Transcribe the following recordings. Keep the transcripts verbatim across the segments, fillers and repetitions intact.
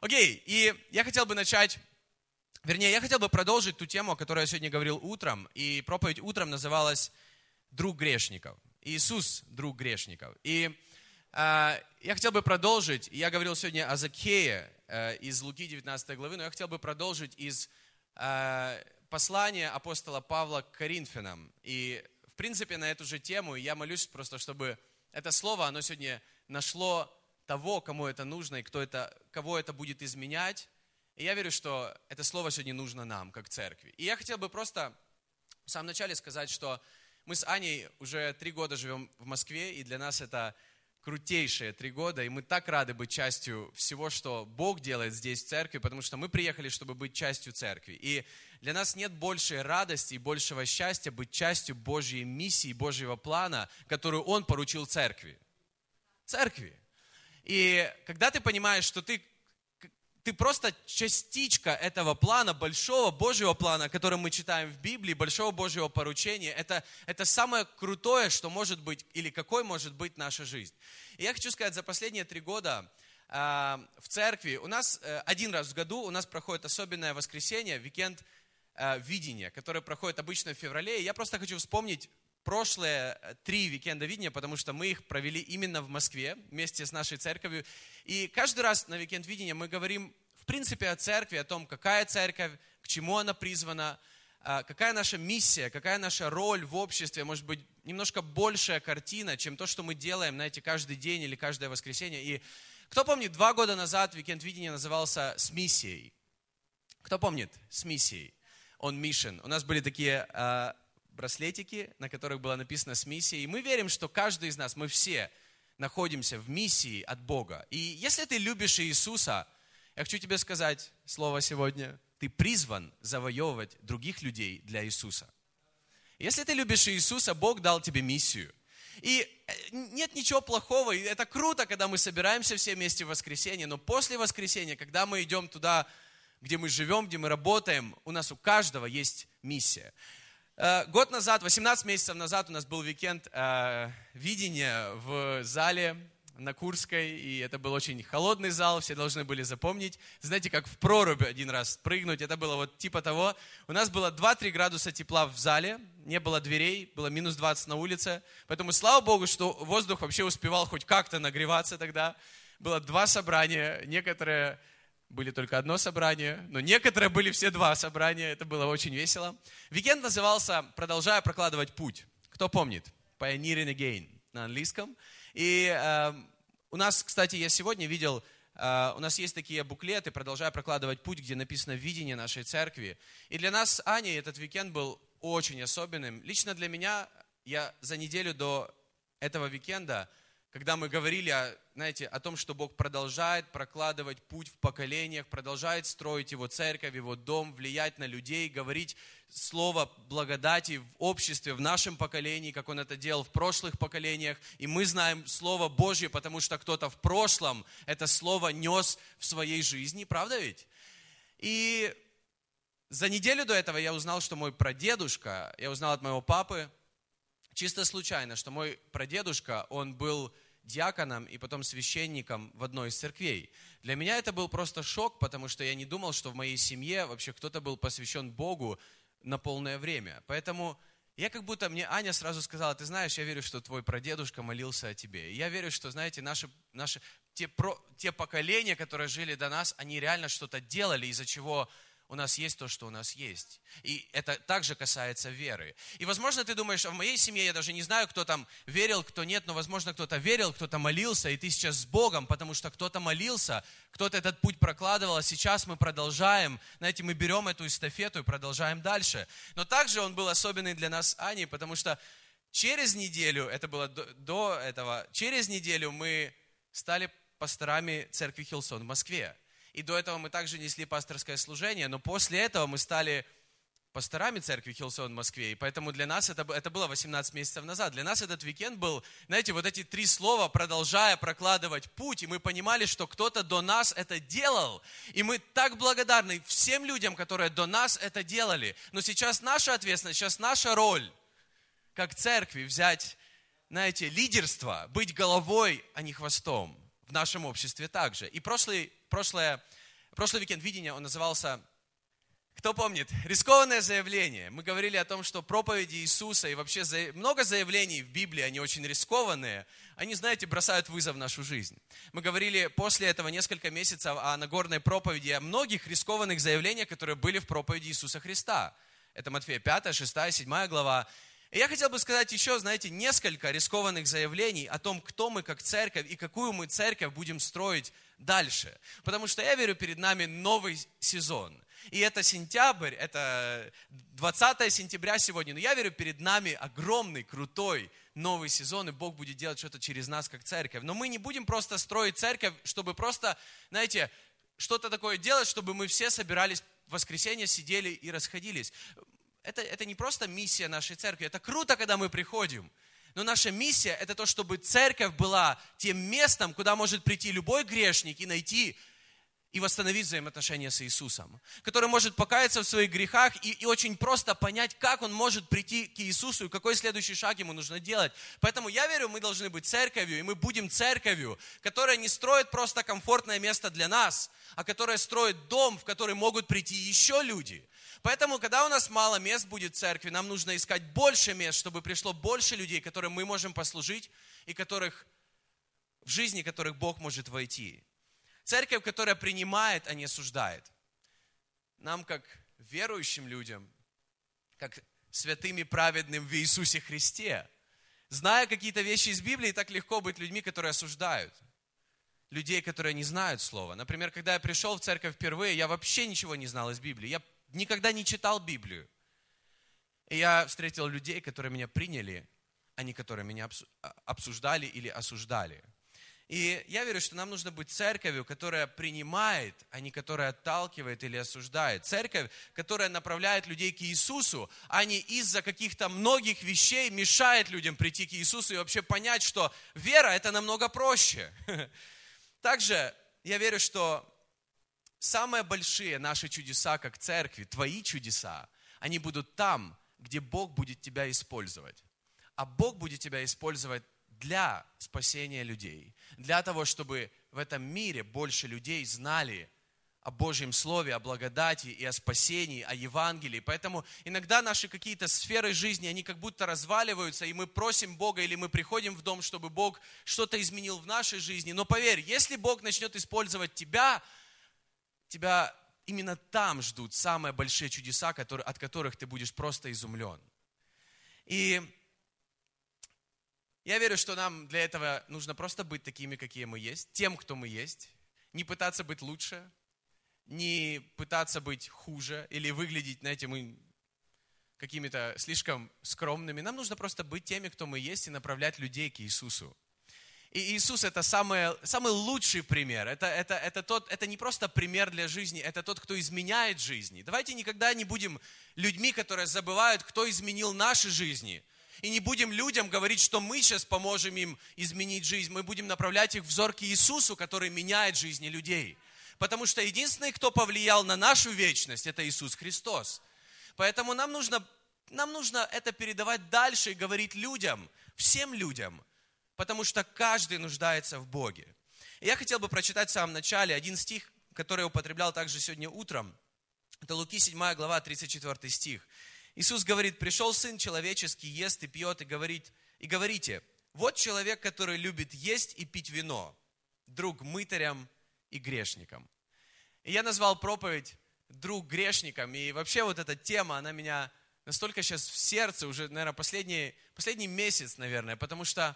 Окей, и я хотел бы начать, вернее, я хотел бы продолжить ту тему, о которой я сегодня говорил утром, и проповедь утром называлась «Друг грешников». Иисус – друг грешников. И э, я хотел бы продолжить, я говорил сегодня о Закхее э, из Луки девятнадцатой главы, но я хотел бы продолжить из э, послания апостола Павла к Коринфянам. И, в принципе, на эту же тему я молюсь просто, чтобы это слово, оно сегодня нашло того, кому это нужно и кто это, кого это будет изменять. И я верю, что это слово сегодня нужно нам, как церкви. И я хотел бы просто в самом начале сказать, что мы с Аней уже три года живем в Москве, и для нас это крутейшие три года, и мы так рады быть частью всего, что Бог делает здесь, в церкви, потому что мы приехали, чтобы быть частью церкви. И для нас нет большей радости и большего счастья быть частью Божьей миссии, Божьего плана, которую Он поручил церкви. Церкви. И когда ты понимаешь, что ты, ты просто частичка этого плана, большого Божьего плана, который мы читаем в Библии, большого Божьего поручения, это, это самое крутое, что может быть, или какой может быть наша жизнь. И я хочу сказать, за последние три года э, в церкви, у нас э, один раз в году у нас проходит особенное воскресенье, уикенд э, видения, который проходит обычно в феврале. И я просто хочу вспомнить прошлые три уикенда видения, потому что мы их провели именно в Москве вместе с нашей церковью. И каждый раз на уикенд видения мы говорим, в принципе, о церкви, о том, какая церковь, к чему она призвана, какая наша миссия, какая наша роль в обществе, может быть, немножко большая картина, чем то, что мы делаем, знаете, каждый день или каждое воскресенье. И кто помнит, два года назад уикенд видения назывался «С миссией». Кто помнит? «С миссией». On mission. У нас были такие браслетики, на которых было написано «С миссией». И мы верим, что каждый из нас, мы все находимся в миссии от Бога. И если ты любишь Иисуса, я хочу тебе сказать слово сегодня, ты призван завоевывать других людей для Иисуса. Если ты любишь Иисуса, Бог дал тебе миссию. И нет ничего плохого, и это круто, когда мы собираемся все вместе в воскресенье, но после воскресенья, когда мы идем туда, где мы живем, где мы работаем, у нас у каждого есть миссия. Год назад, восемнадцать месяцев назад у нас был уикенд э, видения в зале на Курской, и это был очень холодный зал, все должны были запомнить. Знаете, как в прорубь один раз прыгнуть, это было вот типа того. У нас было два-три градуса тепла в зале, не было дверей, было минус двадцать на улице, поэтому слава Богу, что воздух вообще успевал хоть как-то нагреваться тогда. Было два собрания, некоторые... Были только одно собрание, но некоторые были все два собрания, это было очень весело. Уикенд назывался «Продолжая прокладывать путь». Кто помнит? Pioneering Again на английском. И э, у нас, кстати, я сегодня видел, э, у нас есть такие буклеты «Продолжая прокладывать путь», где написано видение нашей церкви. И для нас с Аней этот уикенд был очень особенным. Лично для меня, я за неделю до этого уикенда, когда мы говорили, о, знаете, о том, что Бог продолжает прокладывать путь в поколениях, продолжает строить Его церковь, Его дом, влиять на людей, говорить слово благодати в обществе, в нашем поколении, как Он это делал в прошлых поколениях. И мы знаем Слово Божье, потому что кто-то в прошлом это Слово нес в своей жизни, правда ведь? И за неделю до этого я узнал, что мой прадедушка, я узнал от моего папы, чисто случайно, что мой прадедушка, он был диаконом и потом священником в одной из церквей. Для меня это был просто шок, потому что я не думал, что в моей семье вообще кто-то был посвящен Богу на полное время. Поэтому я как будто, мне Аня сразу сказала, ты знаешь, я верю, что твой прадедушка молился о тебе. И я верю, что, знаете, наши, наши, те, про, те поколения, которые жили до нас, они реально что-то делали, из-за чего у нас есть то, что у нас есть. И это также касается веры. И, возможно, ты думаешь, а в моей семье я даже не знаю, кто там верил, кто нет, но, возможно, кто-то верил, кто-то молился, и ты сейчас с Богом, потому что кто-то молился, кто-то этот путь прокладывал, а сейчас мы продолжаем. Знаете, мы берем эту эстафету и продолжаем дальше. Но также он был особенный для нас с Аней, потому что через неделю, это было до, до этого, через неделю мы стали пасторами церкви Хиллсон в Москве. И до этого мы также несли пасторское служение, но после этого мы стали пасторами церкви Хиллсон в Москве. И поэтому для нас это, это было восемнадцать месяцев назад. Для нас этот уикенд был, знаете, вот эти три слова, продолжая прокладывать путь. И мы понимали, что кто-то до нас это делал. И мы так благодарны всем людям, которые до нас это делали. Но сейчас наша ответственность, сейчас наша роль, как церкви, взять, знаете, лидерство, быть головой, а не хвостом. В нашем обществе также. И прошлый, прошлое прошлый уикенд видения, он назывался, кто помнит, рискованное заявление. Мы говорили о том, что проповеди Иисуса и вообще много заявлений в Библии, они очень рискованные. Они, знаете, бросают вызов в нашу жизнь. Мы говорили после этого несколько месяцев о Нагорной проповеди, о многих рискованных заявлениях, которые были в проповеди Иисуса Христа. Это Матфея пятая, шестая, седьмая глава. И я хотел бы сказать еще, знаете, несколько рискованных заявлений о том, кто мы как церковь и какую мы церковь будем строить дальше. Потому что я верю, перед нами новый сезон. И это сентябрь, это двадцатое сентября сегодня. Но я верю, перед нами огромный, крутой новый сезон, и Бог будет делать что-то через нас, как церковь. Но мы не будем просто строить церковь, чтобы просто, знаете, что-то такое делать, чтобы мы все собирались в воскресенье, сидели и расходились. Это, это не просто миссия нашей церкви. Это круто, когда мы приходим. Но наша миссия – это то, чтобы церковь была тем местом, куда может прийти любой грешник и найти и восстановить взаимоотношения с Иисусом, который может покаяться в своих грехах и, и очень просто понять, как он может прийти к Иисусу и какой следующий шаг ему нужно делать. Поэтому я верю, мы должны быть церковью, и мы будем церковью, которая не строит просто комфортное место для нас, а которая строит дом, в который могут прийти еще люди. Поэтому, когда у нас мало мест будет в церкви, нам нужно искать больше мест, чтобы пришло больше людей, которым мы можем послужить, и которых, в жизни которых Бог может войти. Церковь, которая принимает, а не осуждает. Нам, как верующим людям, как святым и праведным в Иисусе Христе, зная какие-то вещи из Библии, так легко быть людьми, которые осуждают. Людей, которые не знают Слова. Например, когда я пришел в церковь впервые, я вообще ничего не знал из Библии. Я никогда не читал Библию. И я встретил людей, которые меня приняли, а не которые меня обсуждали или осуждали. И я верю, что нам нужно быть церковью, которая принимает, а не которая отталкивает или осуждает. Церковь, которая направляет людей к Иисусу, а не из-за каких-то многих вещей мешает людям прийти к Иисусу и вообще понять, что вера – это намного проще. Также я верю, что самые большие наши чудеса, как церкви, твои чудеса, они будут там, где Бог будет тебя использовать. А Бог будет тебя использовать для спасения людей, для того, чтобы в этом мире больше людей знали о Божьем Слове, о благодати и о спасении, о Евангелии. Поэтому иногда наши какие-то сферы жизни, они как будто разваливаются, и мы просим Бога, или мы приходим в дом, чтобы Бог что-то изменил в нашей жизни. Но поверь, если Бог начнет использовать тебя, тебя именно там ждут самые большие чудеса, которые, от которых ты будешь просто изумлен. И я верю, что нам для этого нужно просто быть такими, какие мы есть, тем, кто мы есть, не пытаться быть лучше, не пытаться быть хуже или выглядеть, знаете, мы какими-то слишком скромными. Нам нужно просто быть теми, кто мы есть, и направлять людей к Иисусу. И Иисус – это самый, самый лучший пример. Это, это, это, тот, это не просто пример для жизни, это тот, кто изменяет жизни. Давайте никогда не будем людьми, которые забывают, кто изменил наши жизни. И не будем людям говорить, что мы сейчас поможем им изменить жизнь. Мы будем направлять их взор к Иисусу, который меняет жизни людей. Потому что единственный, кто повлиял на нашу вечность, это Иисус Христос. Поэтому нам нужно, нам нужно это передавать дальше и говорить людям, всем людям. Потому что каждый нуждается в Боге. И я хотел бы прочитать в самом начале один стих, который я употреблял также сегодня утром. Это Луки седьмая глава, тридцать четвёртый стих. Иисус говорит: пришел Сын Человеческий, ест и пьет, и, говорит, и говорите, вот человек, который любит есть и пить вино, друг мытарям и грешникам. И я назвал проповедь «Друг грешникам», и вообще вот эта тема, она меня настолько сейчас в сердце, уже, наверное, последний, последний месяц, наверное, потому что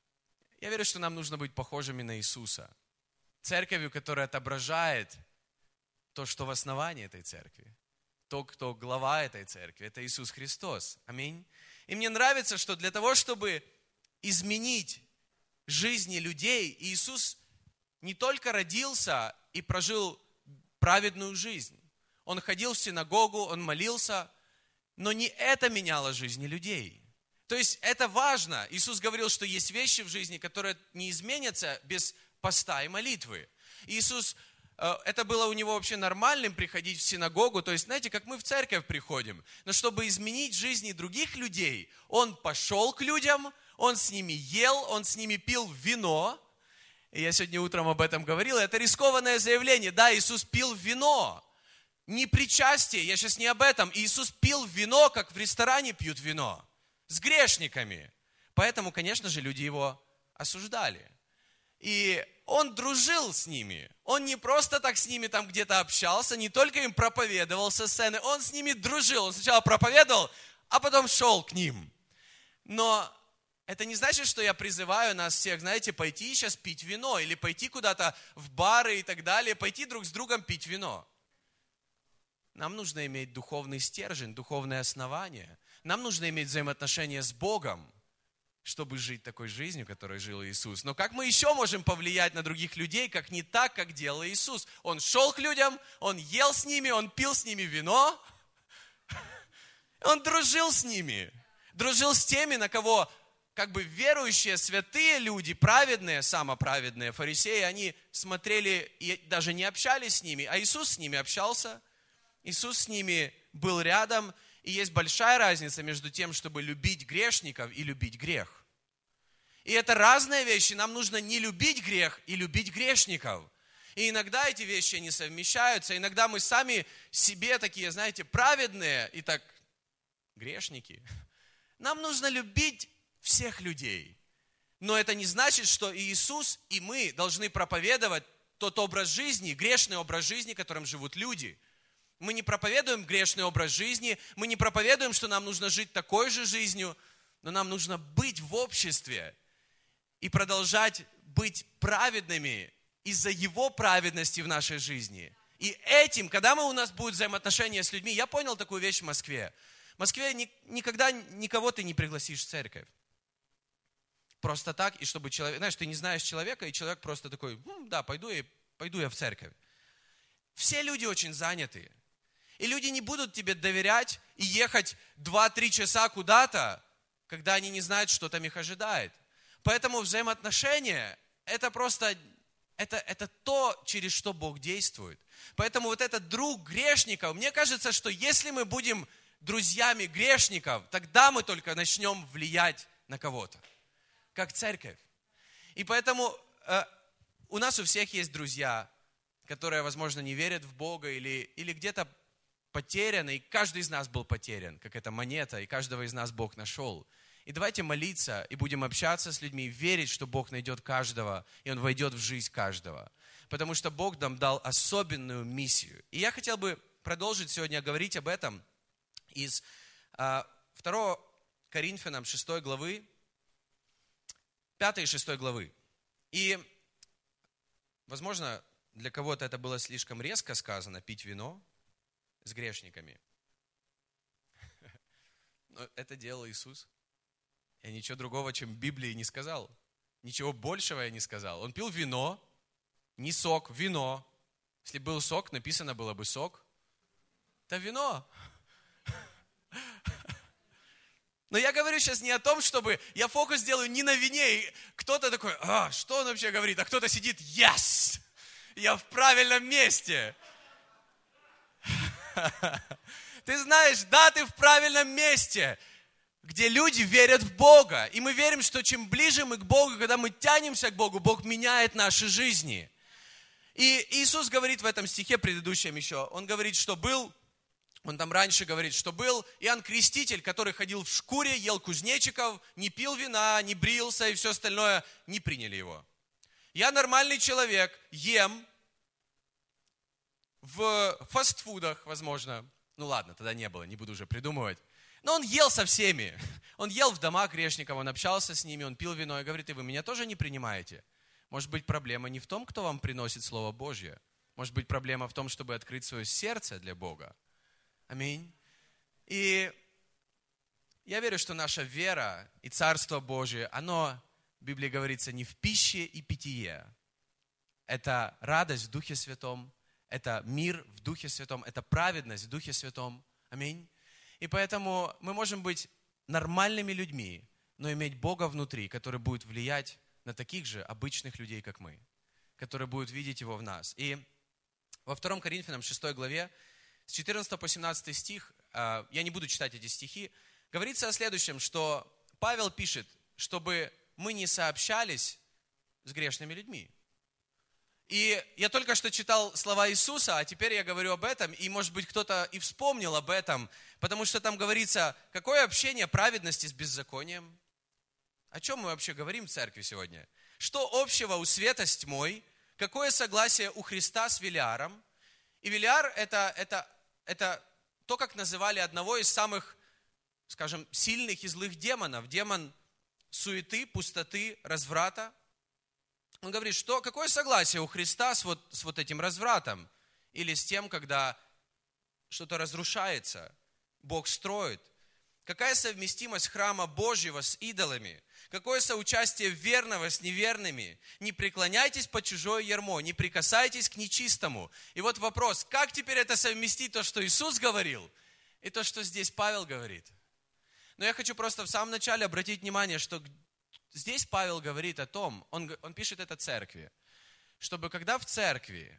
я верю, что нам нужно быть похожими на Иисуса. Церковью, которая отображает то, что в основании этой церкви. То, кто глава этой церкви, это Иисус Христос. Аминь. И мне нравится, что для того, чтобы изменить жизни людей, Иисус не только родился и прожил праведную жизнь. Он ходил в синагогу, он молился, но не это меняло жизни людей. То есть это важно. Иисус говорил, что есть вещи в жизни, которые не изменятся без поста и молитвы. Иисус, это было у него вообще нормальным приходить в синагогу. То есть, знаете, как мы в церковь приходим. Но чтобы изменить жизни других людей, он пошел к людям, он с ними ел, он с ними пил вино. И я сегодня утром об этом говорил. Это рискованное заявление. Да, Иисус пил вино. Не причастие, я сейчас не об этом. Иисус пил вино, как в ресторане пьют вино. С грешниками. Поэтому, конечно же, люди его осуждали. И он дружил с ними. Он не просто так с ними там где-то общался, не только им проповедовал со сцены, он с ними дружил. Он сначала проповедовал, а потом шел к ним. Но это не значит, что я призываю нас всех, знаете, пойти сейчас пить вино, или пойти куда-то в бары и так далее, пойти друг с другом пить вино. Нам нужно иметь духовный стержень, духовное основание. Нам нужно иметь взаимоотношения с Богом, чтобы жить такой жизнью, которой жил Иисус. Но как мы еще можем повлиять на других людей, как не так, как делал Иисус? Он шел к людям, он ел с ними, он пил с ними вино, он дружил с ними, дружил с теми, на кого как бы верующие, святые люди, праведные, самоправедные фарисеи, они смотрели и даже не общались с ними, а Иисус с ними общался, Иисус с ними был рядом. И есть большая разница между тем, чтобы любить грешников и любить грех. И это разные вещи. Нам нужно не любить грех и любить грешников. И иногда эти вещи не совмещаются. Иногда мы сами себе такие, знаете, праведные и так грешники. Нам нужно любить всех людей. Но это не значит, что Иисус и мы должны проповедовать тот образ жизни, грешный образ жизни, которым живут люди. Мы не проповедуем грешный образ жизни, мы не проповедуем, что нам нужно жить такой же жизнью, но нам нужно быть в обществе и продолжать быть праведными из-за Его праведности в нашей жизни. И этим, когда мы, у нас будут взаимоотношения с людьми, я понял такую вещь в Москве. В Москве ни, никогда никого ты не пригласишь в церковь. Просто так, и чтобы человек, знаешь, ты не знаешь человека, и человек просто такой, ну, да, пойду я, пойду я в церковь. Все люди очень заняты. И люди не будут тебе доверять и ехать два-три часа куда-то, когда они не знают, что там их ожидает. Поэтому взаимоотношения – это просто, это, это то, через что Бог действует. Поэтому вот этот друг грешников, мне кажется, что если мы будем друзьями грешников, тогда мы только начнем влиять на кого-то, как церковь. И поэтому э, у нас у всех есть друзья, которые, возможно, не верят в Бога или, или где-то потеряны, и каждый из нас был потерян, как эта монета, и каждого из нас Бог нашел. И давайте молиться, и будем общаться с людьми, верить, что Бог найдет каждого, и Он войдет в жизнь каждого. Потому что Бог нам дал особенную миссию. И я хотел бы продолжить сегодня говорить об этом из а, второго Коринфянам шестой главы, пятой и шестой главы. И, возможно, для кого-то это было слишком резко сказано, пить вино с грешниками. Но это делал Иисус. Я ничего другого, чем в Библии, не сказал. Ничего большего я не сказал. Он пил вино, не сок, вино. Если был сок, написано было бы сок. Это вино. Но я говорю сейчас не о том, чтобы я фокус делаю не на вине, и кто-то такой, а, что он вообще говорит, а кто-то сидит, yes, я в правильном месте. Ты знаешь, да, ты в правильном месте, где люди верят в Бога. И мы верим, что чем ближе мы к Богу, когда мы тянемся к Богу, Бог меняет наши жизни. И Иисус говорит в этом стихе предыдущем еще, Он говорит, что был, Он там раньше говорит, что был Иоанн Креститель, который ходил в шкуре, ел кузнечиков, не пил вина, не брился и все остальное, не приняли его. Я нормальный человек, ем, в фастфудах, возможно. Ну ладно, тогда не было, не буду уже придумывать. Но он ел со всеми. Он ел в домах грешников, он общался с ними, он пил вино и говорит, и вы меня тоже не принимаете? Может быть, проблема не в том, кто вам приносит Слово Божье. Может быть, проблема в том, чтобы открыть свое сердце для Бога. Аминь. И я верю, что наша вера и Царство Божие, оно, в Библии говорится, не в пище и питье. Это радость в Духе Святом. Это мир в Духе Святом, это праведность в Духе Святом. Аминь. И поэтому мы можем быть нормальными людьми, но иметь Бога внутри, который будет влиять на таких же обычных людей, как мы, которые будут видеть Его в нас. И во втором Коринфянам шестой главе, с четырнадцатого по семнадцатый стих, я не буду читать эти стихи, говорится о следующем, что Павел пишет, чтобы мы не сообщались с грешными людьми. И я только что читал слова Иисуса, а теперь я говорю об этом, и, может быть, кто-то и вспомнил об этом, потому что там говорится, какое общение праведности с беззаконием? О чем мы вообще говорим в церкви сегодня? Что общего у света с тьмой? Какое согласие у Христа с Велиаром? И Велиар это, это, это то, как называли одного из самых, скажем, сильных и злых демонов. Демон суеты, пустоты, разврата. Он говорит, что какое согласие у Христа с вот, с вот этим развратом? Или с тем, когда что-то разрушается, Бог строит? Какая совместимость храма Божьего с идолами? Какое соучастие верного с неверными? Не преклоняйтесь под чужое ярмо, не прикасайтесь к нечистому. И вот вопрос, как теперь это совместить, то, что Иисус говорил, и то, что здесь Павел говорит? Но я хочу просто в самом начале обратить внимание, что здесь Павел говорит о том, он, он пишет это церкви, чтобы когда в церкви,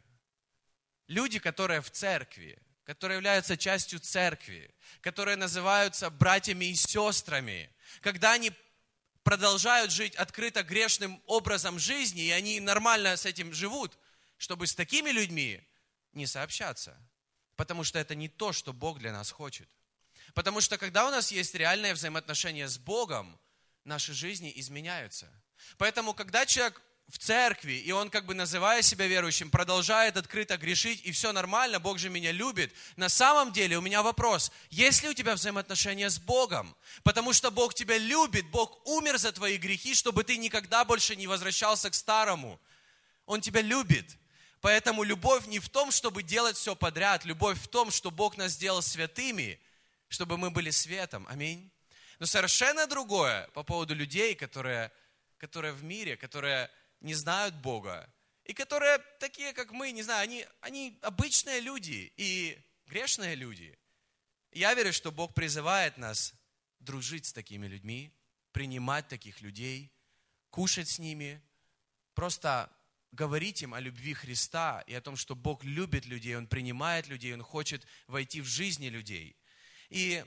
люди, которые в церкви, которые являются частью церкви, которые называются братьями и сестрами, когда они продолжают жить открыто грешным образом жизни, и они нормально с этим живут, чтобы с такими людьми не сообщаться. Потому что это не то, что Бог для нас хочет. Потому что когда у нас есть реальное взаимоотношение с Богом, наши жизни изменяются. Поэтому, когда человек в церкви, и он, как бы называя себя верующим, продолжает открыто грешить, и все нормально, Бог же меня любит. На самом деле у меня вопрос, есть ли у тебя взаимоотношения с Богом? Потому что Бог тебя любит, Бог умер за твои грехи, чтобы ты никогда больше не возвращался к старому. Он тебя любит. Поэтому любовь не в том, чтобы делать все подряд, любовь в том, что Бог нас сделал святыми, чтобы мы были светом. Аминь. Но совершенно другое по поводу людей, которые, которые в мире, которые не знают Бога, и которые такие, как мы, не знаю, они, они обычные люди и грешные люди. Я верю, что Бог призывает нас дружить с такими людьми, принимать таких людей, кушать с ними, просто говорить им о любви Христа и о том, что Бог любит людей, Он принимает людей, Он хочет войти в жизни людей. И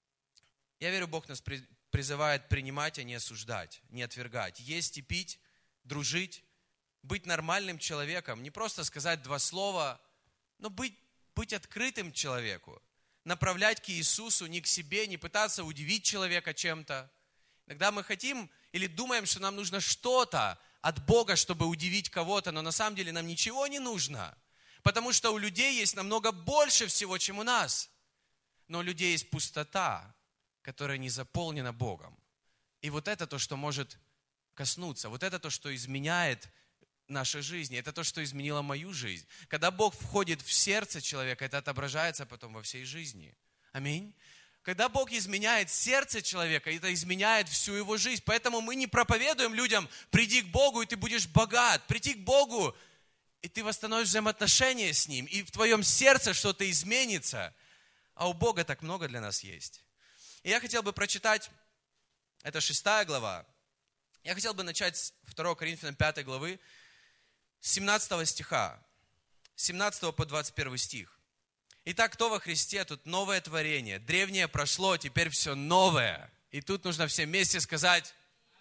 я верю, Бог нас призывает принимать, а не осуждать, не отвергать, есть и пить, дружить, быть нормальным человеком, не просто сказать два слова, но быть, быть открытым человеку, направлять к Иисусу, не к себе, не пытаться удивить человека чем-то. Иногда мы хотим или думаем, что нам нужно что-то от Бога, чтобы удивить кого-то, но на самом деле нам ничего не нужно, потому что у людей есть намного больше всего, чем у нас. Но у людей есть пустота, которая не заполнена Богом. И вот это то, что может коснуться. Вот это то, что изменяет нашей жизни. Это то, что изменило мою жизнь. Когда Бог входит в сердце человека, это отображается потом во всей жизни. Аминь. Когда Бог изменяет сердце человека, это изменяет всю его жизнь. Поэтому мы не проповедуем людям, приди к Богу, и ты будешь богат. Приди к Богу, и ты восстановишь взаимоотношения с Ним. И в твоем сердце что-то изменится. А у Бога так много для нас есть. И я хотел бы прочитать, это шестая глава. Я хотел бы начать с второго Коринфянам пятой главы, с семнадцатого стиха, с семнадцатого по двадцать первый стих. Итак, кто во Христе, тут новое творение. Древнее прошло, теперь все новое. И тут нужно всем вместе сказать: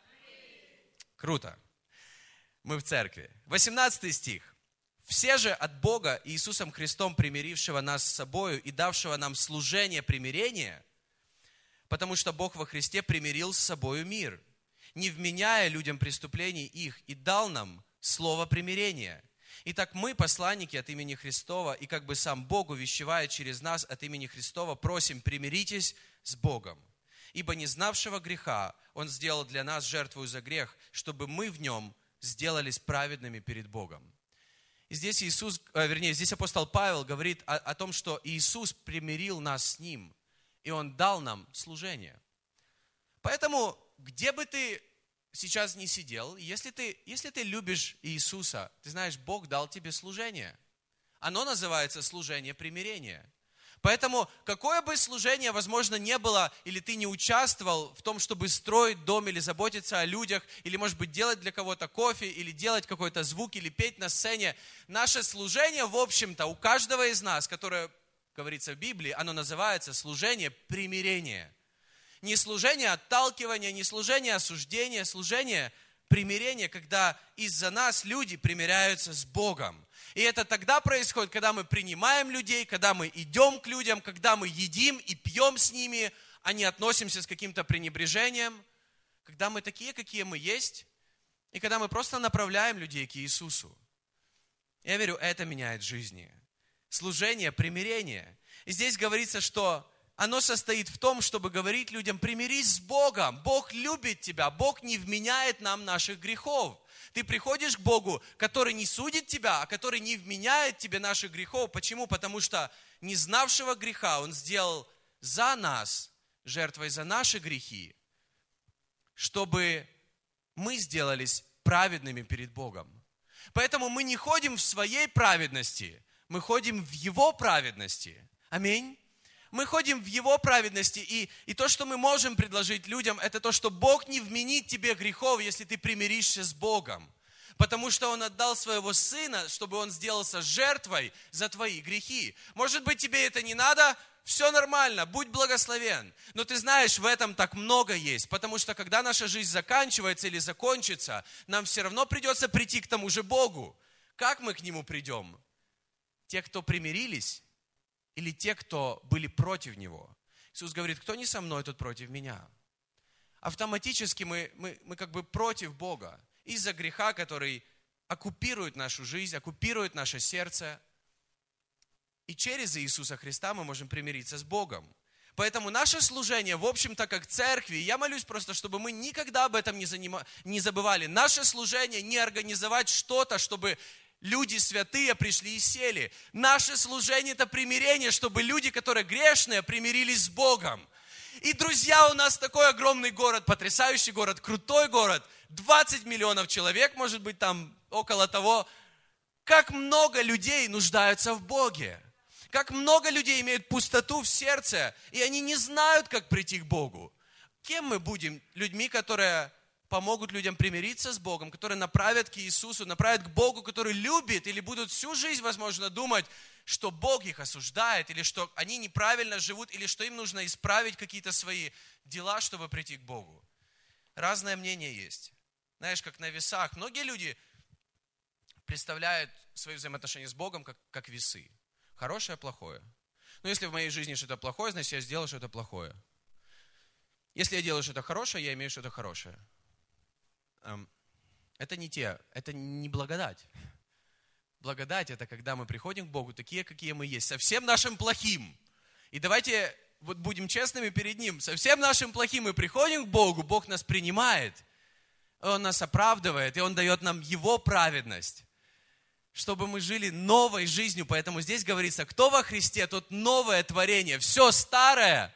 круто. Мы в церкви. восемнадцатый стих. Все же от Бога Иисусом Христом, примирившего нас с собою и давшего нам служение примирения, потому что Бог во Христе примирил с собою мир, не вменяя людям преступлений их, и дал нам слово примирения. Итак, мы, посланники от имени Христова, и как бы сам Бог, увещевая через нас от имени Христова, просим, примиритесь с Богом. Ибо не знавшего греха Он сделал для нас жертву за грех, чтобы мы в нем сделались праведными перед Богом. И здесь Иисус, вернее, здесь апостол Павел говорит о, о том, что Иисус примирил нас с Ним, и Он дал нам служение. Поэтому, где бы ты сейчас не сидел, если ты, если ты любишь Иисуса, ты знаешь, Бог дал тебе служение. Оно называется служение примирения. Поэтому, какое бы служение, возможно, не было, или ты не участвовал в том, чтобы строить дом, или заботиться о людях, или, может быть, делать для кого-то кофе, или делать какой-то звук, или петь на сцене, наше служение, в общем-то, у каждого из нас, которое говорится в Библии, оно называется служение примирения. Не служение отталкивания, не служение осуждения, служение Примирение, когда из-за нас люди примиряются с Богом. И это тогда происходит, когда мы принимаем людей, когда мы идем к людям, когда мы едим и пьем с ними, а не относимся с каким-то пренебрежением, когда мы такие, какие мы есть, и когда мы просто направляем людей к Иисусу. Я верю, это меняет жизни. Служение, примирение. И здесь говорится, что оно состоит в том, чтобы говорить людям: примирись с Богом. Бог любит тебя. Бог не вменяет нам наших грехов. Ты приходишь к Богу, который не судит тебя, а который не вменяет тебе наших грехов. Почему? Потому что не знавшего греха Он сделал за нас, жертвой за наши грехи, чтобы мы сделались праведными перед Богом. Поэтому мы не ходим в своей праведности, мы ходим в Его праведности. Аминь. Мы ходим в Его праведности, и, и то, что мы можем предложить людям, это то, что Бог не вменит тебе грехов, если ты примиришься с Богом. Потому что Он отдал Своего Сына, чтобы Он сделался жертвой за твои грехи. Может быть, тебе это не надо? Все нормально, будь благословен. Но ты знаешь, в этом так много есть, потому что когда наша жизнь заканчивается или закончится, нам все равно придется прийти к тому же Богу. Как мы к Нему придем? Те, кто примирились, или те, кто были против Него? Иисус говорит: кто не со мной, тот против меня. Автоматически мы, мы, мы как бы против Бога из-за греха, который оккупирует нашу жизнь, оккупирует наше сердце. И через Иисуса Христа мы можем примириться с Богом. Поэтому наше служение, в общем-то, как церкви, я молюсь просто, чтобы мы никогда об этом не, занима... не забывали. Наше служение не организовать что-то, чтобы люди святые пришли и сели. Наше служение – это примирение, чтобы люди, которые грешные, примирились с Богом. И, друзья, у нас такой огромный город, потрясающий город, крутой город. двадцать миллионов человек, может быть, там около того. Как много людей нуждаются в Боге. Как много людей имеют пустоту в сердце, и они не знают, как прийти к Богу. Кем мы будем? Людьми, которые помогут людям примириться с Богом, которые направят к Иисусу, направят к Богу, который любит, или будут всю жизнь, возможно, думать, что Бог их осуждает, или что они неправильно живут, или что им нужно исправить какие-то свои дела, чтобы прийти к Богу. Разное мнение есть. Знаешь, как на весах. Многие люди представляют свои взаимоотношения с Богом как, как весы. Хорошее, плохое. Но если в моей жизни что-то плохое, значит, я сделал что-то плохое. Если я делаю что-то хорошее, я имею что-то хорошее. Это не те, это не благодать. Благодать – это когда мы приходим к Богу такие, какие мы есть, со всем нашим плохим. И давайте вот будем честными перед Ним. Со всем нашим плохим мы приходим к Богу, Бог нас принимает, Он нас оправдывает, и Он дает нам Его праведность, чтобы мы жили новой жизнью. Поэтому здесь говорится: кто во Христе, тот новое творение. Все старое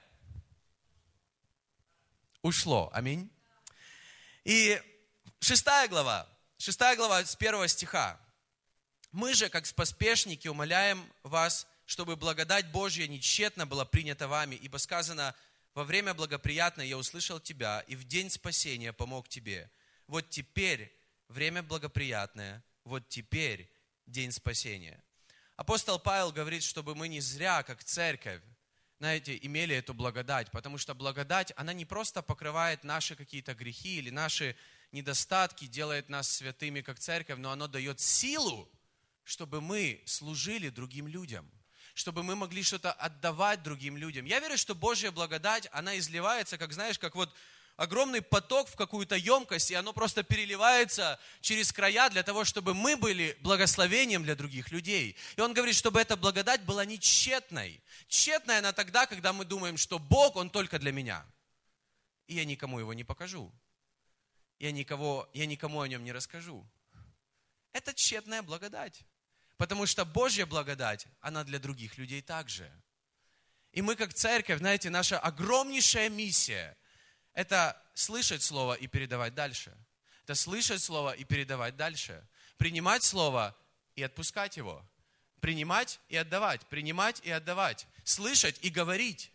ушло. Аминь. И шестая глава, шестая глава с первого стиха. «Мы же, как поспешники, умоляем вас, чтобы благодать Божья нечетно была принята вами, ибо сказано: во время благоприятное я услышал тебя, и в день спасения помог тебе. Вот теперь время благоприятное, вот теперь день спасения». Апостол Павел говорит, чтобы мы не зря, как церковь, знаете, имели эту благодать, потому что благодать, она не просто покрывает наши какие-то грехи или наши недостатки, делает нас святыми, как церковь, но она дает силу, чтобы мы служили другим людям, чтобы мы могли что-то отдавать другим людям. Я верю, что Божья благодать, она изливается, как, знаешь, как вот огромный поток в какую-то емкость, и оно просто переливается через края для того, чтобы мы были благословением для других людей. И он говорит, чтобы эта благодать была не тщетной. Тщетная она тогда, когда мы думаем, что Бог, Он только для меня. И я никому Его не покажу. Я, никого, я никому о Нем не расскажу. Это тщетная благодать. Потому что Божья благодать, она для других людей также. И мы, как церковь, знаете, наша огромнейшая миссия – это слышать Слово и передавать дальше. Это слышать Слово и передавать дальше. Принимать Слово и отпускать его. Принимать и отдавать. Принимать и отдавать. Слышать и говорить.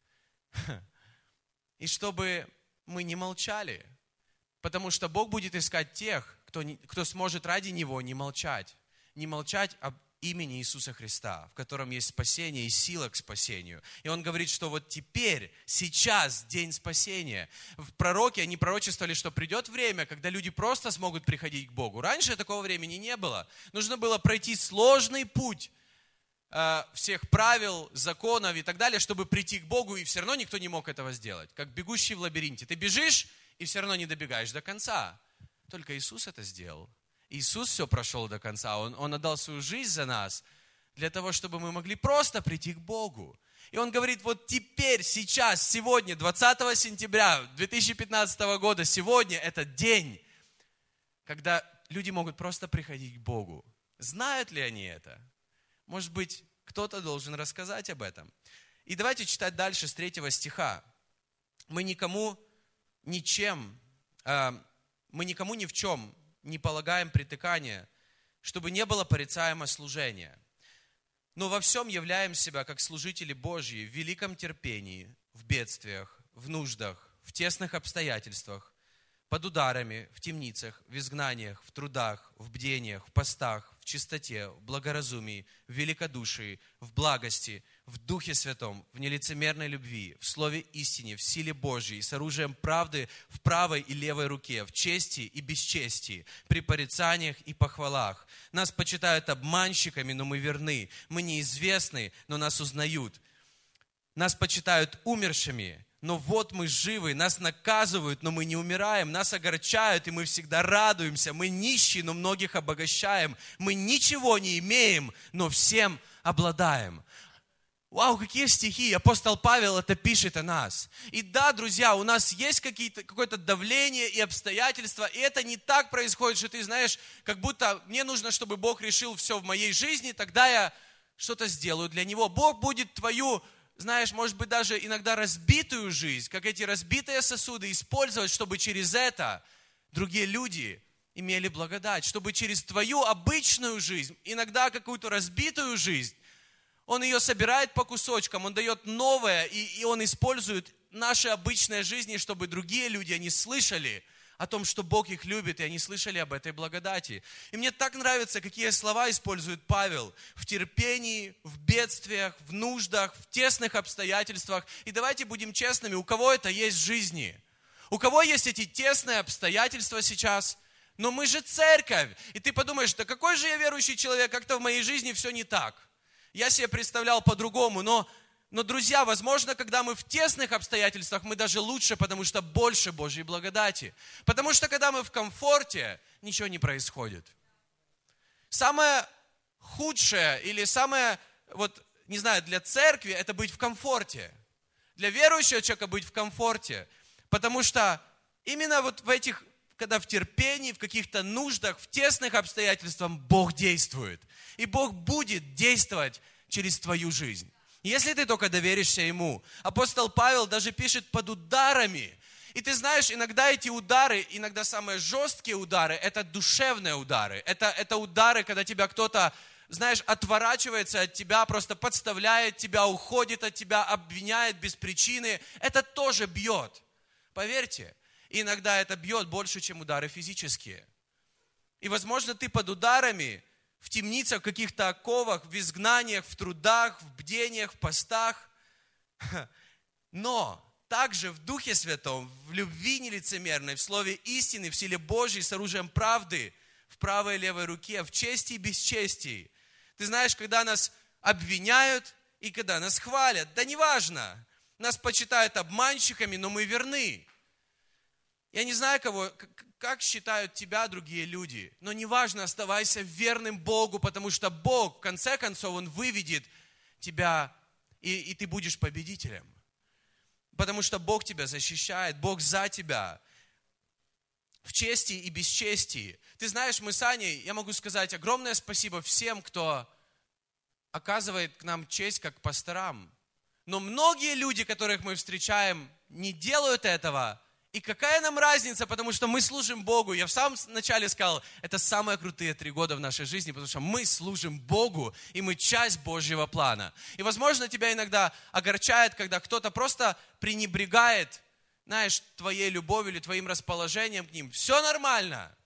И чтобы мы не молчали. Потому что Бог будет искать тех, кто, не, кто сможет ради Него не молчать. Не молчать об имени Иисуса Христа, в котором есть спасение и сила к спасению. И он говорит, что вот теперь, сейчас день спасения. В пророке они пророчествовали, что придет время, когда люди просто смогут приходить к Богу. Раньше такого времени не было. Нужно было пройти сложный путь э, всех правил, законов и так далее, чтобы прийти к Богу, и все равно никто не мог этого сделать. Как бегущий в лабиринте. Ты бежишь, и все равно не добегаешь до конца. Только Иисус это сделал. Иисус все прошел до конца. Он, он отдал свою жизнь за нас, для того, чтобы мы могли просто прийти к Богу. И Он говорит, вот теперь, сейчас, сегодня, двадцатого сентября две тысячи пятнадцатого года, сегодня этот день, когда люди могут просто приходить к Богу. Знают ли они это? Может быть, кто-то должен рассказать об этом. И давайте читать дальше с третьего стиха. Мы никому ничем, мы никому ни в чем не полагаем притыкания, чтобы не было порицаемо служения. Но во всем являем себя, как служители Божьи, в великом терпении, в бедствиях, в нуждах, в тесных обстоятельствах, под ударами, в темницах, в изгнаниях, в трудах, в бдениях, в постах, в чистоте, в благоразумии, в великодушии, в благости, в Духе Святом, в нелицемерной любви, в слове истине, в силе Божьей, с оружием правды в правой и левой руке, в чести и бесчестии, при порицаниях и похвалах. Нас почитают обманщиками, но мы верны. Мы неизвестны, но нас узнают. Нас почитают умершими, но вот мы живы. Нас наказывают, но мы не умираем. Нас огорчают, и мы всегда радуемся. Мы нищие, но многих обогащаем. Мы ничего не имеем, но всем обладаем. Вау, какие стихи! Апостол Павел это пишет о нас. И да, друзья, у нас есть какие-то, какое-то давление и обстоятельства, и это не так происходит, что ты знаешь, как будто мне нужно, чтобы Бог решил все в моей жизни, тогда я что-то сделаю для Него. Бог будет твою, знаешь, может быть, даже иногда разбитую жизнь, как эти разбитые сосуды, использовать, чтобы через это другие люди имели благодать, чтобы через твою обычную жизнь, иногда какую-то разбитую жизнь, Он ее собирает по кусочкам, Он дает новое, и, и Он использует наши обычные жизни, чтобы другие люди, они слышали о том, что Бог их любит, и они слышали об этой благодати. И мне так нравится, какие слова использует Павел в терпении, в бедствиях, в нуждах, в тесных обстоятельствах. И давайте будем честными, у кого это есть в жизни? У кого есть эти тесные обстоятельства сейчас? Но мы же церковь. И ты подумаешь, да какой же я верующий человек, как-то в моей жизни все не так. Я себе представлял по-другому, но, но, друзья, возможно, когда мы в тесных обстоятельствах, мы даже лучше, потому что больше Божьей благодати. Потому что, когда мы в комфорте, ничего не происходит. Самое худшее или самое, вот, не знаю, для церкви, это быть в комфорте. Для верующего человека быть в комфорте. Потому что именно вот в этих, когда в терпении, в каких-то нуждах, в тесных обстоятельствах Бог действует. И Бог будет действовать через твою жизнь. Если ты только доверишься Ему. Апостол Павел даже пишет под ударами. И ты знаешь, иногда эти удары, иногда самые жесткие удары, это душевные удары. Это, это удары, когда тебя кто-то, знаешь, отворачивается от тебя, просто подставляет тебя, уходит от тебя, обвиняет без причины. Это тоже бьет. Поверьте. И иногда это бьет больше, чем удары физические. И, возможно, ты под ударами, в темницах, в каких-то оковах, в изгнаниях, в трудах, в бдениях, в постах. Но также в Духе Святом, в любви нелицемерной, в слове истины, в силе Божьей, с оружием правды, в правой и левой руке, в чести и бесчестии. Ты знаешь, когда нас обвиняют и когда нас хвалят, да неважно, нас почитают обманщиками, но мы верны. Я не знаю, кого, как считают тебя другие люди, но неважно, оставайся верным Богу, потому что Бог, в конце концов, Он выведет тебя, и, и ты будешь победителем. Потому что Бог тебя защищает, Бог за тебя. В чести и бесчестии. Ты знаешь, мы с Аней, я могу сказать огромное спасибо всем, кто оказывает к нам честь как пасторам. Но многие люди, которых мы встречаем, не делают этого. И какая нам разница, потому что мы служим Богу. Я в самом начале сказал, это самые крутые три года в нашей жизни, потому что мы служим Богу, и мы часть Божьего плана. И, возможно, тебя иногда огорчает, когда кто-то просто пренебрегает, знаешь, твоей любовью или твоим расположением к ним. Все нормально,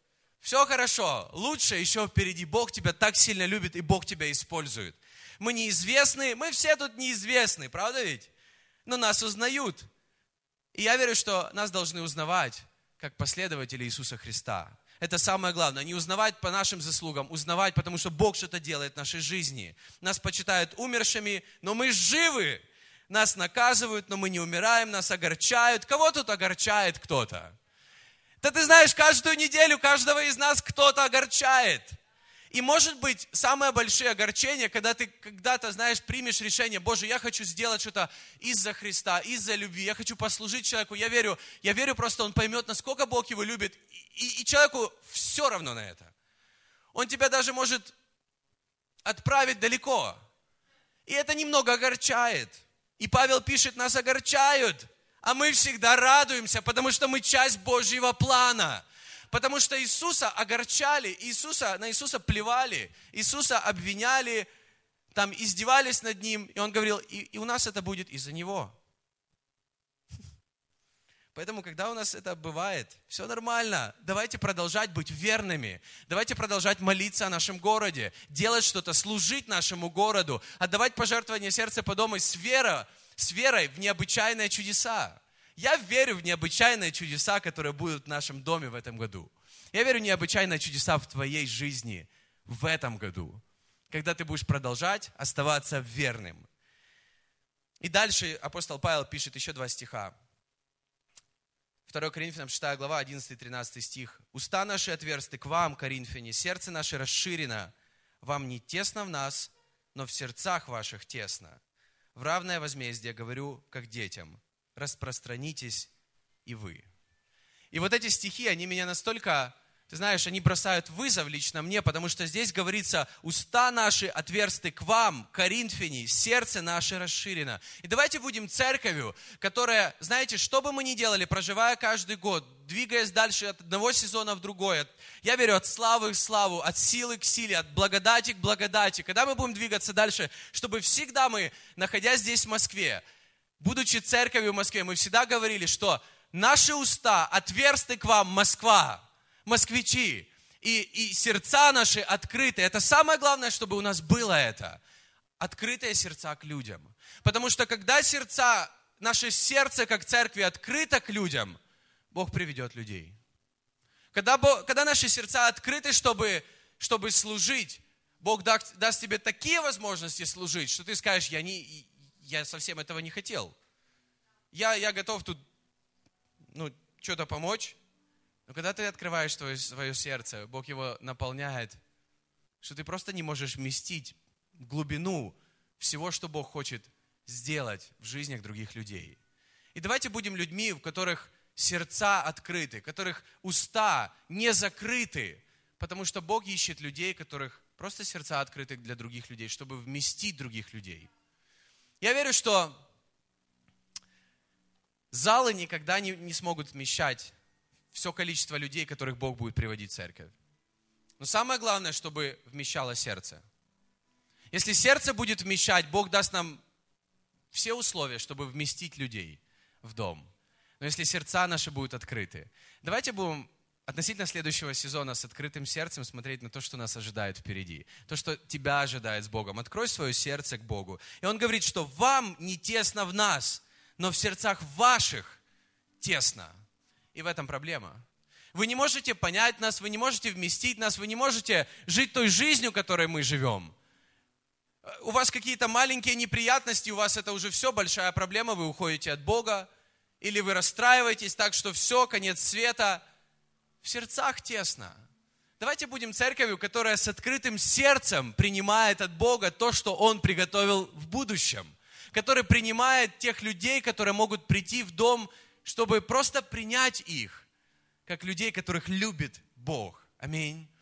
Все хорошо, лучше еще впереди. Бог тебя так сильно любит, и Бог тебя использует. Мы неизвестны, мы все тут неизвестны, правда ведь? Но нас узнают. И я верю, что нас должны узнавать, как последователи Иисуса Христа. Это самое главное. Не узнавать по нашим заслугам, узнавать, потому что Бог что-то делает в нашей жизни. Нас почитают умершими, но мы живы. Нас наказывают, но мы не умираем, нас огорчают. Кого тут огорчает кто-то? Да ты знаешь, каждую неделю каждого из нас кто-то огорчает. И может быть, самое большое огорчение, когда ты когда-то, знаешь, примешь решение: Боже, я хочу сделать что-то из-за Христа, из-за любви, я хочу послужить человеку, я верю, я верю просто, он поймет, насколько Бог его любит, и, и человеку все равно на это. Он тебя даже может отправить далеко. И это немного огорчает. И Павел пишет, нас огорчают, а мы всегда радуемся, потому что мы часть Божьего плана. Потому что Иисуса огорчали, Иисуса, на Иисуса плевали, Иисуса обвиняли, там издевались над Ним. И Он говорил, и, и у нас это будет из-за Него. Поэтому, когда у нас это бывает, все нормально. Давайте продолжать быть верными. Давайте продолжать молиться о нашем городе, делать что-то, служить нашему городу, отдавать пожертвования сердца по дому с верой, с верой в необычайные чудеса. Я верю в необычайные чудеса, которые будут в нашем доме в этом году. Я верю в необычайные чудеса в твоей жизни в этом году, когда ты будешь продолжать оставаться верным. И дальше апостол Павел пишет еще два стиха. второе Коринфянам шестая глава, одиннадцатый-тринадцатый стих. «Уста наши отверсты к вам, коринфяне, сердце наше расширено. Вам не тесно в нас, но в сердцах ваших тесно. В равное возмездие говорю, как детям. Распространитесь и вы». И вот эти стихи, они меня настолько, ты знаешь, они бросают вызов лично мне, потому что здесь говорится: уста наши отверсты к вам, коринфяне, сердце наше расширено. И давайте будем церковью, которая, знаете, что бы мы ни делали, проживая каждый год, двигаясь дальше от одного сезона в другой, я верю, от славы к славу, от силы к силе, от благодати к благодати, когда мы будем двигаться дальше, чтобы всегда мы, находясь здесь в Москве, будучи церковью в Москве, мы всегда говорили, что наши уста отверсты к вам, Москва, москвичи, и, и сердца наши открыты. Это самое главное, чтобы у нас было это. Открытые сердца к людям. Потому что когда сердца, наше сердце как церкви открыто к людям, Бог приведет людей. Когда, Бог, когда наши сердца открыты, чтобы, чтобы служить, Бог даст, даст тебе такие возможности служить, что ты скажешь: я не... Я совсем этого не хотел. Я, я готов тут, ну, что-то помочь. Но когда ты открываешь твое, свое сердце, Бог его наполняет, что ты просто не можешь вместить глубину всего, что Бог хочет сделать в жизнях других людей. И давайте будем людьми, в которых сердца открыты, в которых уста не закрыты, потому что Бог ищет людей, у которых просто сердца открыты для других людей, чтобы вместить других людей. Я верю, что залы никогда не, не смогут вмещать все количество людей, которых Бог будет приводить в церковь. Но самое главное, чтобы вмещало сердце. Если сердце будет вмещать, Бог даст нам все условия, чтобы вместить людей в дом. Но если сердца наши будут открыты, давайте будем относительно следующего сезона с открытым сердцем смотреть на то, что нас ожидает впереди. То, что тебя ожидает с Богом. Открой свое сердце к Богу. И Он говорит, что вам не тесно в нас, но в сердцах ваших тесно. И в этом проблема. Вы не можете понять нас, вы не можете вместить нас, вы не можете жить той жизнью, которой мы живем. У вас какие-то маленькие неприятности, у вас это уже все большая проблема, вы уходите от Бога, или вы расстраиваетесь так, что все, конец света. В сердцах тесно. Давайте будем церковью, которая с открытым сердцем принимает от Бога то, что Он приготовил в будущем. Который принимает тех людей, которые могут прийти в дом, чтобы просто принять их, как людей, которых любит Бог. Аминь.